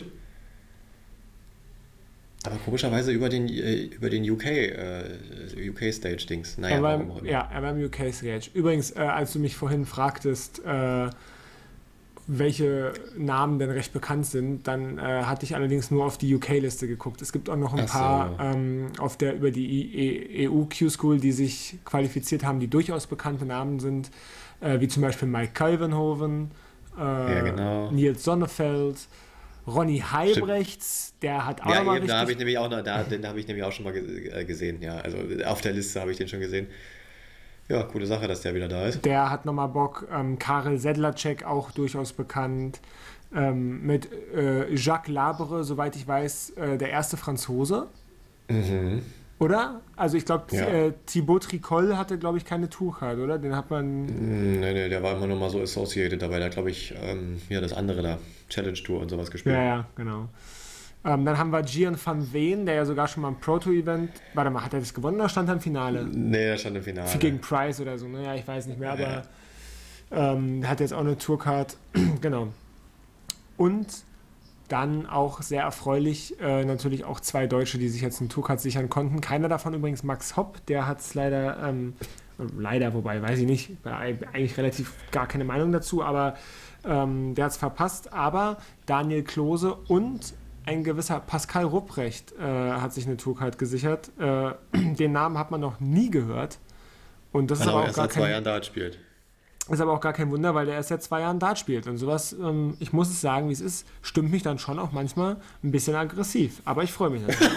Aber komischerweise über den, äh, über den U K, äh, U K-Stage-Dings. Naja, er war, warum auch immer. Ja, er war im U K-Stage. Übrigens, äh, als du mich vorhin fragtest, äh, welche Namen denn recht bekannt sind, dann äh, hatte ich allerdings nur auf die U K-Liste geguckt. Es gibt auch noch ein Ach so. paar ähm, auf der, über die E U-Q-School, die sich qualifiziert haben, die durchaus bekannte Namen sind, äh, wie zum Beispiel Mike Calvenhoven, äh, Ja, genau. Nils Sonnefeld, Ronny Heibrechts, der hat auch Ja, nochmal eben, richtig... da habe ich nämlich auch noch, da, den habe ich nämlich auch schon mal ge- äh, gesehen, ja. Also auf der Liste habe ich den schon gesehen. Ja, coole Sache, dass der wieder da ist. Der hat nochmal Bock. Ähm, Karel Sedlacek, auch durchaus bekannt. Ähm, mit äh, Jacques Labre, soweit ich weiß, äh, der erste Franzose. Mhm. Oder? Also ich glaube, Ja. äh, Thibaut Tricol hatte, glaube ich, keine Tourcard, oder? Den hat man... Nee, nee, der war immer nur mal so associated dabei. Da glaube ich, ähm, ja, das andere da, Challenge Tour und sowas gespielt. Ja, ja, genau. Ähm, dann haben wir Gian van Veen, der ja sogar schon mal im Proto-Event... Warte mal, hat er das gewonnen oder stand er im Finale? Nee, der stand im Finale. Gegen Price oder so, ne? Ja, ich weiß nicht mehr, Ja. aber ähm, der hat jetzt auch eine Tourcard. Genau. Und dann auch sehr erfreulich äh, natürlich auch zwei Deutsche, die sich jetzt eine Tourcard sichern konnten. Keiner davon übrigens Max Hopp, der hat es leider, ähm, leider, wobei, weiß ich nicht, war eigentlich relativ gar keine Meinung dazu, aber ähm, der hat es verpasst. Aber Daniel Klose und ein gewisser Pascal Rupprecht äh, hat sich eine Tourcard gesichert. Äh, den Namen hat man noch nie gehört. Und das Weil ist er aber, auch erst gar seit zwei kein, Jahren Dart spielt. ist aber auch gar kein Wunder, weil der erst seit zwei Jahren Dart spielt. Und sowas, ähm, ich muss es sagen, wie es ist, stimmt mich dann schon auch manchmal ein bisschen aggressiv. Aber ich freue mich natürlich.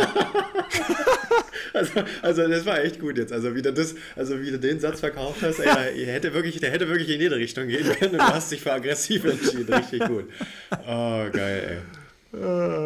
Also, also das war echt gut jetzt. Also wie du, das, also wie du den Satz verkauft hast, ey, der, hätte wirklich, der hätte wirklich in jede Richtung gehen können und du hast dich für aggressiv entschieden. Richtig gut. Oh, geil, ey.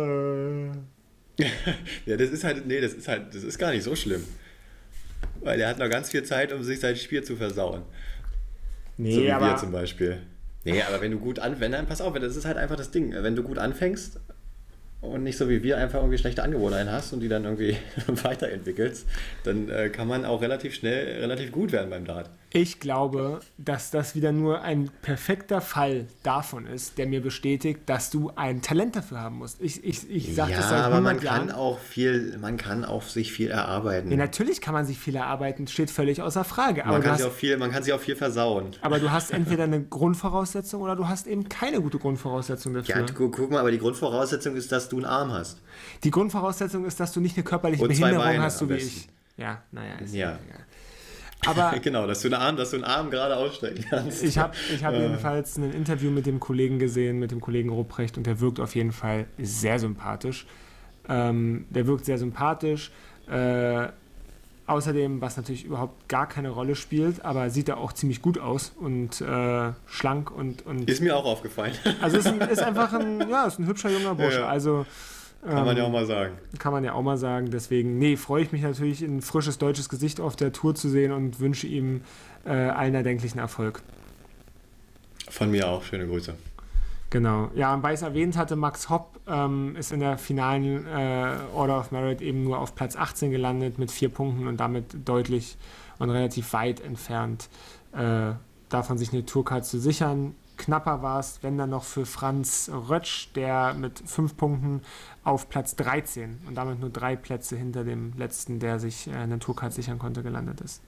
Ja, das ist halt, nee, das ist halt, das ist gar nicht so schlimm. Weil er hat noch ganz viel Zeit, um sich sein Spiel zu versauen. Nee, So wie aber wir zum Beispiel. Nee, aber wenn du gut an, wenn dann, pass auf, das ist halt einfach das Ding. Wenn du gut anfängst und nicht so wie wir einfach irgendwie schlechte Angewohnheiten hast und die dann irgendwie weiterentwickelst, dann äh, kann man auch relativ schnell relativ gut werden beim Dart. ich glaube, dass das wieder nur ein perfekter Fall davon ist, der mir bestätigt, dass du ein Talent dafür haben musst. Ich, ich, ich sage Ja, das seit aber man hundert Jahren. kann auch viel, man kann auch sich viel erarbeiten. Ja, natürlich kann man sich viel erarbeiten, steht völlig außer Frage. Aber man, du kann hast sich auch viel, man kann sich auch viel versauen. Aber du hast entweder eine Grundvoraussetzung oder du hast eben keine gute Grundvoraussetzung dafür. Ja, gu- guck mal, aber die Grundvoraussetzung ist, dass du einen Arm hast. Die Grundvoraussetzung ist, dass du nicht eine körperliche Und zwei Behinderung Beine hast, so am wie besten. ich. Ja, naja, ist Ja. ja egal. Aber Genau, dass du einen Arm, dass du einen Arm gerade ausstrecken kannst. ich habe ich hab Äh. jedenfalls ein Interview mit dem Kollegen gesehen, mit dem Kollegen Rupprecht, und der wirkt auf jeden Fall sehr sympathisch. Ähm, der wirkt sehr sympathisch. Äh, außerdem, was natürlich überhaupt gar keine Rolle spielt, aber sieht er auch ziemlich gut aus und äh, schlank und, und Ist mir auch aufgefallen. also ist, ein, ist einfach ein, ja, ist ein hübscher junger Bursche. Ja, ja. Also Kann man ja auch ähm, mal sagen. Kann man ja auch mal sagen. Deswegen, nee, freue ich mich natürlich, ein frisches deutsches Gesicht auf der Tour zu sehen und wünsche ihm äh, allen erdenklichen Erfolg. Von mir auch, schöne Grüße. Genau. Ja, und weil ich es erwähnt hatte, Max Hopp ähm, ist in der finalen äh, Order of Merit eben nur auf Platz achtzehn gelandet mit vier Punkten und damit deutlich und relativ weit entfernt äh, davon, sich eine Tourcard zu sichern. Knapper war es, wenn dann noch für Franz Rötsch, der mit fünf Punkten auf Platz dreizehn und damit nur drei Plätze hinter dem letzten, der sich äh, eine Tourcard sichern konnte, gelandet ist.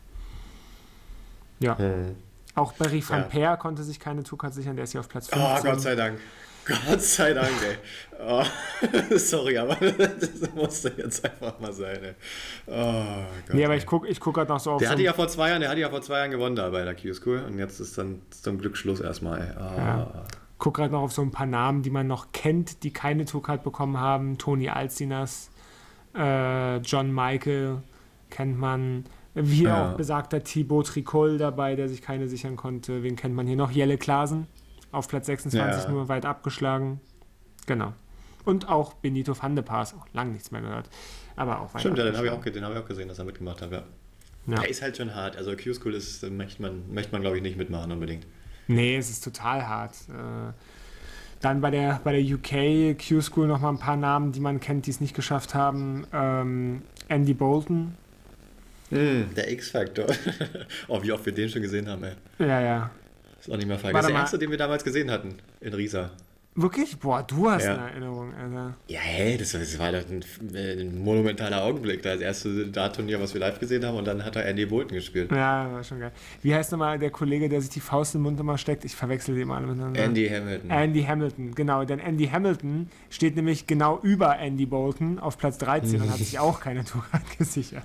Ja. Hm. Auch Barry van ja. Peer konnte sich keine Tourcard sichern, der ist hier auf Platz fünfzehn. Oh, Gott sei Dank. Gott sei Dank, ey. Oh, sorry, aber das musste jetzt einfach mal sein, ey. Oh, Gott, nee, aber ey. ich gucke ich guck gerade noch so auf... Der so hatte ja vor zwei Jahren, der hatte ja vor zwei Jahren gewonnen da bei der Q-School und jetzt ist dann zum Glück Schluss erstmal, ey. Oh. Ja. Guck gerade noch auf so ein paar Namen, die man noch kennt, die keine Tourcard bekommen haben. Toni Alcinas, äh, John Michael kennt man... Wie ja. auch besagter Thibaut Tricol dabei, der sich keine sichern konnte. Wen kennt man hier noch? Jelle Klaasen, auf Platz sechsundzwanzig, ja. nur weit abgeschlagen. Genau. Und auch Benito van de Paas, auch lange nichts mehr gehört. Aber auch weit Stimmt, ja, den habe ich, auch, hab ich auch gesehen, dass er mitgemacht hat. Ja. Ja. Der ist halt schon hart. Also Q-School ist, möchte man, möchte man glaube ich, nicht mitmachen unbedingt. Nee, es ist total hart. Äh, dann bei der, bei der U K Q-School nochmal ein paar Namen, die man kennt, die es nicht geschafft haben. Ähm, Andy Bolton. Mm, der X-Faktor. Oh, wie oft wir den schon gesehen haben, ey. Ja, ja. Ist auch nicht mehr falsch. Das ist der erste, den wir damals gesehen hatten in Riesa. Wirklich? Boah, du hast ja. eine Erinnerung, Alter. Ja, hey, das, das war doch ein, ein monumentaler Augenblick. Das erste Dart-Turnier, was wir live gesehen haben, und dann hat er Andy Bolton gespielt. Ja, war schon geil. Wie heißt nochmal der Kollege, der sich die Faust im Mund immer steckt? Ich verwechsel die immer alle miteinander. Andy Hamilton. Andy Hamilton, genau. Denn Andy Hamilton steht nämlich genau über Andy Bolton auf Platz dreizehn und hat sich auch keine Tourcard gesichert.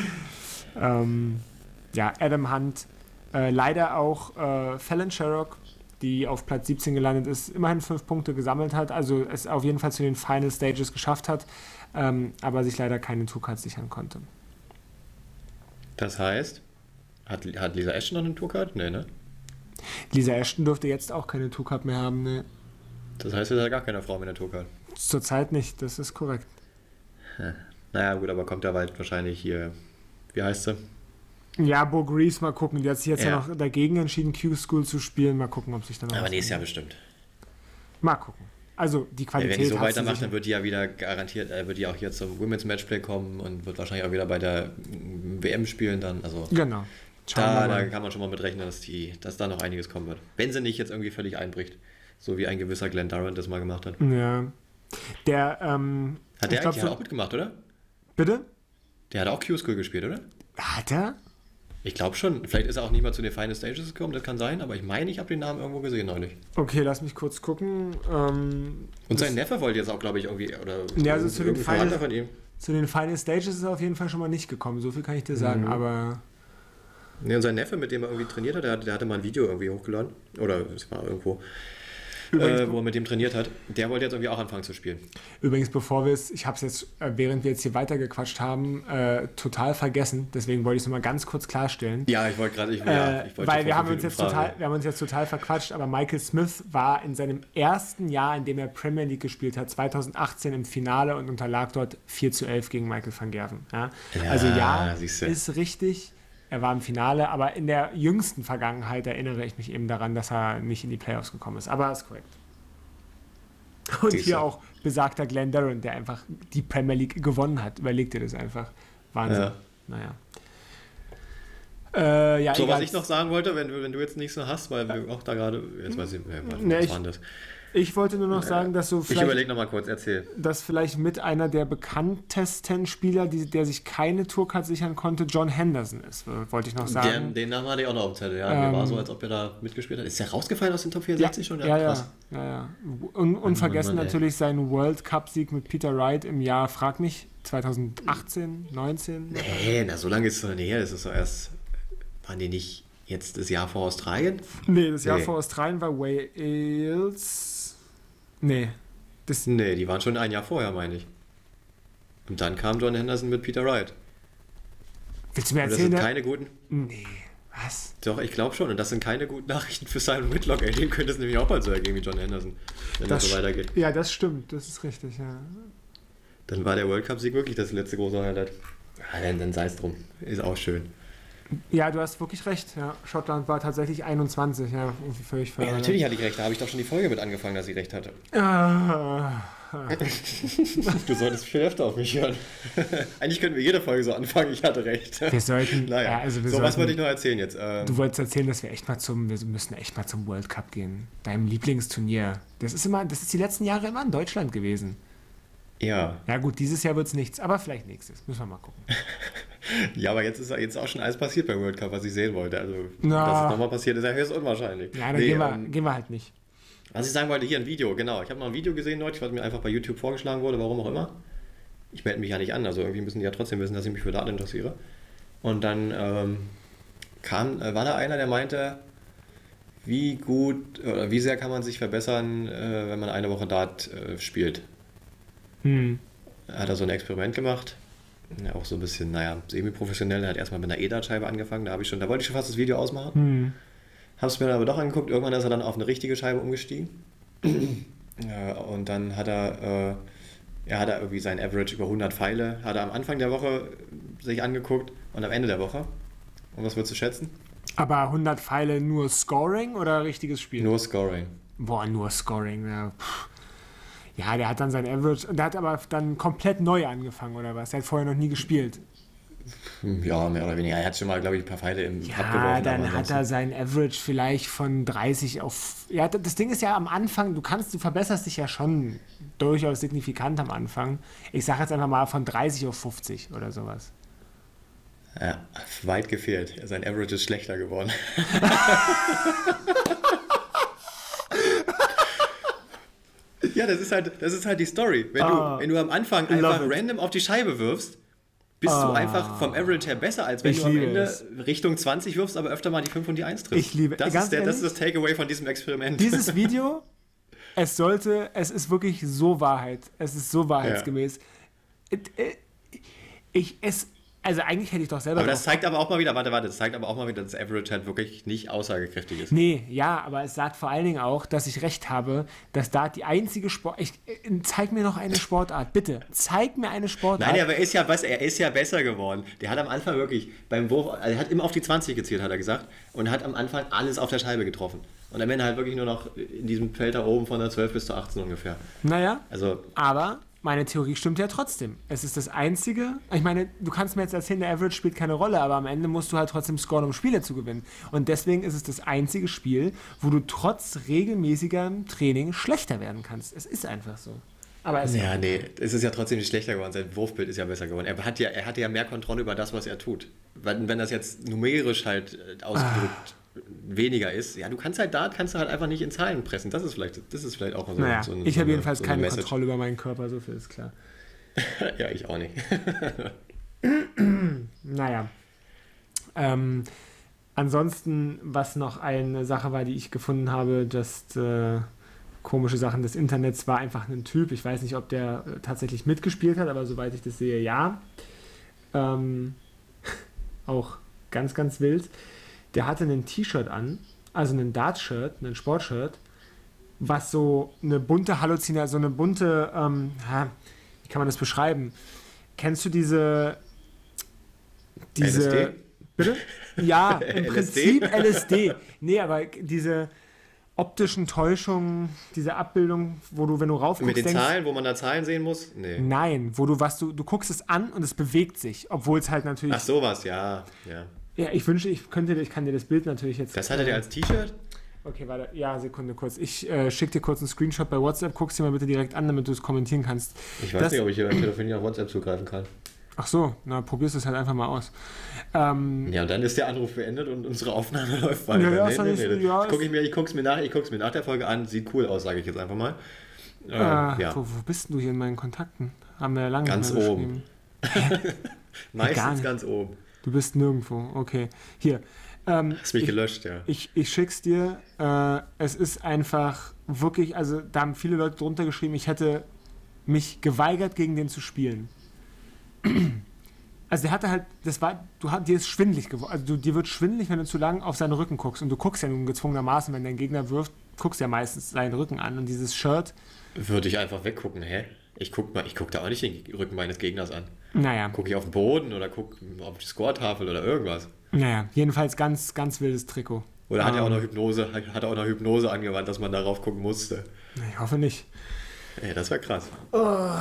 Ähm, ja, Adam Hunt, äh, leider auch äh, Fallon Sherrock, die auf Platz siebzehn gelandet ist, immerhin fünf Punkte gesammelt hat, also es auf jeden Fall zu den Final Stages geschafft hat, ähm, aber sich leider keine Tourcard sichern konnte. Das heißt, hat, hat Lisa Ashton noch eine Tourcard? Nee, ne? Lisa Ashton durfte jetzt auch keine Tourcard mehr haben, ne? Das heißt, es hat gar keine Frau mit einer Tourcard. Zurzeit nicht, das ist korrekt. Hm. Naja, gut, aber kommt ja bald wahrscheinlich hier. Wie heißt sie? Ja, Bo Grease, mal gucken. Die hat sich jetzt ja, ja noch dagegen entschieden, Q-School zu spielen. Mal gucken, ob sich dann noch. Aber nächstes Jahr bestimmt. Mal gucken. Also die Qualität. Ja, wenn die so weitermacht, dann wird die ja wieder garantiert, äh, wird die auch hier zum Women's Matchplay kommen und wird wahrscheinlich auch wieder bei der W M spielen dann. Also genau. Da, da kann man schon mal mit rechnen, dass, die, dass da noch einiges kommen wird. Wenn sie nicht jetzt irgendwie völlig einbricht. So wie ein gewisser Glenn Durant das mal gemacht hat. Ja. Der, ähm, Hat der eigentlich so, auch mitgemacht, oder? Bitte? Der hat auch Q-School gespielt, oder? Hat er? Ich glaube schon. Vielleicht ist er auch nicht mal zu den Final Stages gekommen, das kann sein, aber ich meine, ich habe den Namen irgendwo gesehen neulich. Okay, lass mich kurz gucken. Ähm, Und sein Neffe wollte jetzt auch, glaube ich, irgendwie, oder ja, also zu den, Final, von ihm. zu den Final Stages ist er auf jeden Fall schon mal nicht gekommen, so viel kann ich dir sagen, mhm. aber... Ne, und sein Neffe, mit dem er irgendwie trainiert hat, der, der hatte mal ein Video irgendwie hochgeladen, oder es war irgendwo... Übrigens, äh, wo er mit dem trainiert hat, der wollte jetzt irgendwie auch anfangen zu spielen. Übrigens, bevor wir es, ich habe es jetzt, äh, während wir jetzt hier weitergequatscht haben, äh, total vergessen. Deswegen wollte ich es nochmal ganz kurz klarstellen. Ja, ich wollte gerade, ich, äh, ja, ich wollte weil wir haben, uns jetzt total, wir haben uns jetzt total verquatscht, aber Michael Smith war in seinem ersten Jahr, in dem er Premier League gespielt hat, zwanzig achtzehn im Finale und unterlag dort vier zu elf gegen Michael van Gerven. Ja? Ja, also ja, siehste. Ist richtig. Er war im Finale, aber in der jüngsten Vergangenheit erinnere ich mich eben daran, dass er nicht in die Playoffs gekommen ist. Aber ist korrekt. Und Siehste. hier auch besagter Glenn Durant, der einfach die Premier League gewonnen hat. Überleg dir das einfach. Wahnsinn. Ja. Naja. Äh, ja, so, egal. was ich noch sagen wollte, wenn, wenn du jetzt nicht so hast, weil wir auch da gerade, jetzt weiß ich, was nee, ich, war das? Ich wollte nur noch sagen, dass so vielleicht... Ich überlege nochmal kurz, erzähl. Dass vielleicht mit einer der bekanntesten Spieler, die, der sich keine Tourcard sichern konnte, John Henderson ist, wollte ich noch sagen. Den, den Namen hatte ich auch noch auf dem Zettel, ja. Ähm, Mir war so, als ob er da mitgespielt hat. Ist der rausgefallen aus den Top vierundsechzig ja, schon? Ja, krass. ja, ja, ja. Un, unvergessen Mann, Mann, natürlich seinen World Cup-Sieg mit Peter Wright im Jahr, frag mich, zwanzig achtzehn, neunzehn? Nee, na, so lange ist es noch nicht her. Das ist doch erst... Waren die nicht jetzt das Jahr vor Australien? Nee, das Jahr nee. vor Australien war Wales... Nee. Das nee, die waren schon ein Jahr vorher, meine ich. Und dann kam John Henderson mit Peter Wright. Willst du mir Und erzählen? Das sind keine guten... Nee, was? Doch, ich glaube schon. Und das sind keine guten Nachrichten für Simon Whitlock. Ey, dem könnte es nämlich auch bald so ergehen wie John Henderson, wenn das, das so weitergeht. Ja, das stimmt. Das ist richtig, ja. Dann war der World Cup-Sieg wirklich das letzte große Highlight. Ja, dann, dann sei es drum. Ist auch schön. Ja, du hast wirklich recht. Ja. Schottland war tatsächlich einundzwanzig. Ja, völlig ja, natürlich hatte ich recht. Da habe ich doch schon die Folge mit angefangen, dass ich recht hatte. Ah. Du solltest viel öfter auf mich hören. Eigentlich könnten wir jede Folge so anfangen, ich hatte recht. Wir sollten... naja, ja, also wir so, sollten, was wollte ich noch erzählen jetzt? Ähm, du wolltest erzählen, dass wir echt mal zum... Wir müssen echt mal zum World Cup gehen. Deinem Lieblingsturnier. Das ist immer... Das ist die letzten Jahre immer in Deutschland gewesen. Ja. Ja gut, dieses Jahr wird es nichts, aber vielleicht nächstes. Müssen wir mal gucken. Ja, aber jetzt ist jetzt auch schon alles passiert beim World Cup, was ich sehen wollte. Also, Na. dass es nochmal passiert, ist ja höchst unwahrscheinlich. Ja, dann nee, gehen, wir, ähm, gehen wir halt nicht. Was ich sagen wollte, hier ein Video, genau. Ich habe noch ein Video gesehen neulich, was mir einfach bei YouTube vorgeschlagen wurde, warum auch immer. Ich melde mich ja nicht an, also irgendwie müssen die ja trotzdem wissen, dass ich mich für Dart interessiere. Und dann ähm, kam, äh, war da einer, der meinte, wie gut oder wie sehr kann man sich verbessern, äh, wenn man eine Woche Dart äh, spielt. Hm. Hat er so ein Experiment gemacht. Ja, auch so ein bisschen, naja, semi-professionell. Er hat erstmal mit einer E-Dart-Scheibe angefangen, da habe ich schon, da wollte ich schon fast das Video ausmachen. Hm. Hab's mir dann aber doch angeguckt, irgendwann ist er dann auf eine richtige Scheibe umgestiegen. Ja, und dann hat er, äh, er hat er irgendwie sein Average über hundert Pfeile, hat er am Anfang der Woche sich angeguckt und am Ende der Woche. Und was würdest du schätzen? Aber hundert Pfeile nur Scoring oder richtiges Spiel? Nur Scoring. Boah, nur Scoring, ja. Ja, der hat dann sein Average, der hat aber dann komplett neu angefangen, oder was? Der hat vorher noch nie gespielt. Ja, mehr oder weniger. Er hat schon mal, glaube ich, ein paar Pfeile im Ja, Cup geworfen. dann hat er sein Average vielleicht von dreißig auf... Ja, das Ding ist ja am Anfang, du kannst, du verbesserst dich ja schon durchaus signifikant am Anfang. Ich sage jetzt einfach mal von dreißig auf fünfzig oder sowas. Ja, weit gefehlt. Sein Average ist schlechter geworden. Ja, das ist halt, das ist halt die Story. Wenn, Ah, du, wenn du am Anfang einfach random auf die Scheibe wirfst, bist Ah, du einfach vom Average her besser, als wenn ich du am liebe Ende es. Richtung zwanzig wirfst, aber öfter mal die fünf und die eins triffst. Ich liebe- das. ganz Ist der, das ist ehrlich, das Takeaway von diesem Experiment. Dieses Video, es sollte, es ist wirklich so Wahrheit. Es ist so wahrheitsgemäß. Ich, es, also eigentlich hätte ich doch selber... aber das drauf- zeigt aber auch mal wieder, warte, warte, das zeigt aber auch mal wieder, dass das Average halt wirklich nicht aussagekräftig ist. Nee, ja, aber es sagt vor allen Dingen auch, dass ich recht habe, dass da die einzige Sport... Ich, äh, zeig mir noch eine Sportart, bitte. Zeig mir eine Sportart. Nein, aber er ist ja besser, er ist ja besser geworden. Der hat am Anfang wirklich beim Wurf, also er hat immer auf die zwanzig gezielt, hat er gesagt, und hat am Anfang alles auf der Scheibe getroffen. Und am Ende halt wirklich nur noch in diesem Feld da oben von der zwölf bis zur achtzehn ungefähr. Naja, Also, aber meine Theorie stimmt ja trotzdem. Es ist das Einzige... Ich meine, du kannst mir jetzt erzählen, der Average spielt keine Rolle, aber am Ende musst du halt trotzdem scoren, um Spiele zu gewinnen. Und deswegen ist es das einzige Spiel, wo du trotz regelmäßigem Training schlechter werden kannst. Es ist einfach so. Aber es ja, nee, es ist ja trotzdem nicht schlechter geworden. Sein Wurfbild ist ja besser geworden. Er, hat ja, er hatte ja mehr Kontrolle über das, was er tut. Wenn, wenn das jetzt numerisch halt äh, ausgedrückt weniger ist, ja, du kannst halt da, kannst du halt einfach nicht in Zahlen pressen. Das ist vielleicht, das ist vielleicht auch so, Naja, so, ich so habe eine, jedenfalls so eine keine Message. Kontrolle über meinen Körper, so viel ist klar. Ja, ich auch nicht. Naja. Ähm, ansonsten, was noch eine Sache war, die ich gefunden habe, dass äh, komische Sachen des Internets, war einfach ein Typ, ich weiß nicht, ob der äh, tatsächlich mitgespielt hat, aber soweit ich das sehe, ja. Ähm, auch ganz, ganz wild. Der hatte ein T-Shirt an, also ein Dart-Shirt, ein Sportshirt, was so eine bunte Halluzination, so eine bunte, ähm, ha, wie kann man das beschreiben? Kennst du diese, diese, L S D? bitte? Ja, im L S D? Prinzip L S D. Nee, aber diese optischen Täuschungen, diese Abbildung, wo du, wenn du raufguckst, Mit den denkst, Zahlen, wo man da Zahlen sehen muss? Nee. nein, wo du was, du, du guckst es an und es bewegt sich, obwohl es halt natürlich, Ach, sowas, ja. ja. ja, ich wünsche, ich könnte, ich kann dir das Bild natürlich jetzt. Das hatte der als T-Shirt? Okay, warte. Ja, Sekunde kurz. Ich äh, schicke dir kurz einen Screenshot bei WhatsApp. Guck's dir mal bitte direkt an, damit du es kommentieren kannst. Ich weiß Das- nicht, ob ich hier beim Telefonieren auf WhatsApp zugreifen kann. Ach so, na, probier's es halt einfach mal aus. Ähm, Ja, und dann ist der Anruf beendet und unsere Aufnahme läuft weiter. Ja, ja, nee, ist doch nee, nicht- nee. ja, Ich gucke ich mir, ich guck's mir, nach, ich guck's mir nach der Folge an. Sieht cool aus, sage ich jetzt einfach mal. Äh, äh, ja, wo, wo bist denn du hier in meinen Kontakten? Haben wir ja lange Ganz nicht mehr oben. geschrieben. meistens gar ganz oben. Du bist nirgendwo. Okay. Hier. Ähm, Hast mich ich, gelöscht, ja. Ich, ich schick's dir. Äh, es ist einfach wirklich, also da haben viele Leute drunter geschrieben, ich hätte mich geweigert, gegen den zu spielen. Also der hatte halt, das war, du hat, dir ist schwindelig geworden. Also du, dir wird schwindelig, wenn du zu lang auf seinen Rücken guckst. Und du guckst ja nun gezwungenermaßen, wenn dein Gegner wirft, guckst ja meistens seinen Rücken an. Und dieses Shirt, Würde ich einfach weggucken, hä? Ich guck, mal, ich guck da auch nicht den Rücken meines Gegners an. naja. Gucke ich auf den Boden oder guck auf die Scoretafel oder irgendwas. Naja, jedenfalls ganz, ganz wildes Trikot. Oder hat ähm, er auch noch Hypnose, hat er auch noch Hypnose angewandt, dass man darauf gucken musste? Ich hoffe nicht. Ey, das wäre krass. Oh.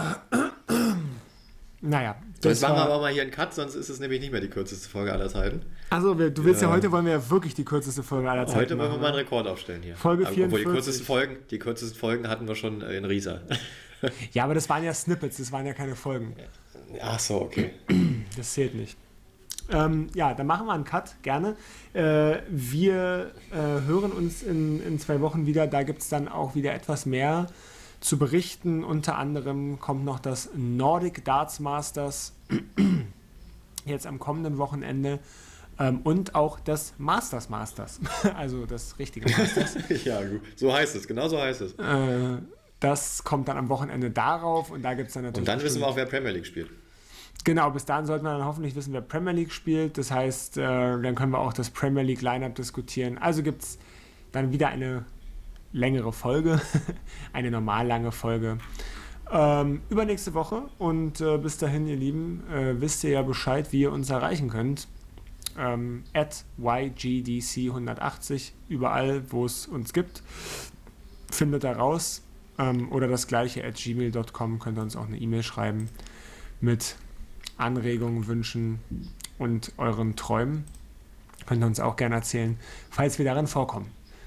Naja. So, jetzt machen wir aber mal hier einen Cut, sonst ist es nämlich nicht mehr die kürzeste Folge aller Zeiten. Also du willst ja, ja heute, wollen wir ja wirklich die kürzeste Folge aller Zeiten Heute wollen wir machen, mal einen Rekord aufstellen hier. Folge vierundvierzig. Obwohl die kürzesten Folgen, die kürzesten Folgen hatten wir schon in Riesa. Ja, aber das waren ja Snippets, das waren ja keine Folgen. Ach so, okay. Das zählt nicht. Ähm, ja, dann machen wir einen Cut, gerne. Äh, wir äh, hören uns in, in zwei Wochen wieder. Da gibt es dann auch wieder etwas mehr zu berichten. Unter anderem kommt noch das Nordic Darts Masters jetzt am kommenden Wochenende ähm, und auch das Masters Masters, also das richtige Masters. Ja, gut. So heißt es, genau so heißt es. Äh, das kommt dann am Wochenende darauf und da gibt es dann natürlich... Und dann wissen wir auch, wer Premier League spielt. Genau, bis dahin sollten wir dann hoffentlich wissen, wer Premier League spielt. Das heißt, äh, dann können wir auch das Premier League Lineup diskutieren. Also gibt es dann wieder eine längere Folge, eine normal lange Folge. Ähm, übernächste Woche und äh, bis dahin, ihr Lieben, äh, wisst ihr ja Bescheid, wie ihr uns erreichen könnt. Ähm, at Y G D C hundertachtzig, überall, wo es uns gibt, findet ihr raus. Ähm, oder das gleiche at gmail punkt com, könnt ihr uns auch eine E-Mail schreiben mit Anregungen, Wünschen und euren Träumen. Könnt ihr uns auch gerne erzählen, falls wir darin vorkommen.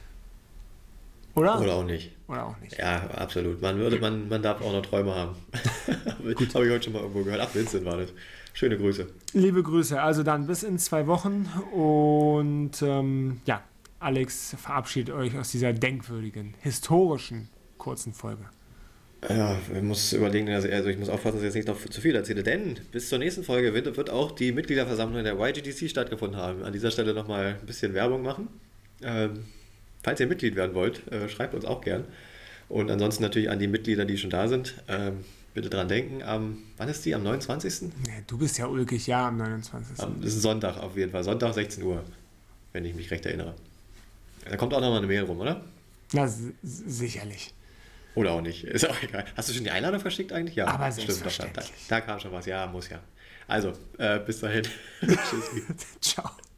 Oder? Oder auch nicht. Oder auch nicht. Ja, absolut. Man, würde, man, man darf auch noch Träume haben. Gut. Habe ich heute schon mal irgendwo gehört. Ach, Vincent war das. Schöne Grüße. Liebe Grüße. Also dann bis in zwei Wochen. Und ähm, ja, Alex verabschiedet euch aus dieser denkwürdigen, historischen, kurzen Folge. Ja, ich muss überlegen, also ich muss aufpassen, dass ich jetzt nicht noch zu viel erzähle, denn bis zur nächsten Folge wird, wird auch die Mitgliederversammlung der Y G D C stattgefunden haben. An dieser Stelle nochmal ein bisschen Werbung machen. Ähm, falls ihr Mitglied werden wollt, äh, schreibt uns auch gern. Und ansonsten natürlich an die Mitglieder, die schon da sind, ähm, bitte dran denken, am, wann ist die? Am neunundzwanzigsten? Nee, du bist ja ulkig, ja, am neunundzwanzigsten Am, das ist Sonntag auf jeden Fall, Sonntag sechzehn Uhr, wenn ich mich recht erinnere. Da kommt auch nochmal eine Mail rum, oder? Na, s- sicherlich. Oder auch nicht, ist auch egal. Hast du schon die Einladung verschickt eigentlich? Ja, aber stimmt, selbstverständlich. Da, da kam schon was, ja, muss ja. Also, äh, bis dahin. Tschüss. Ciao.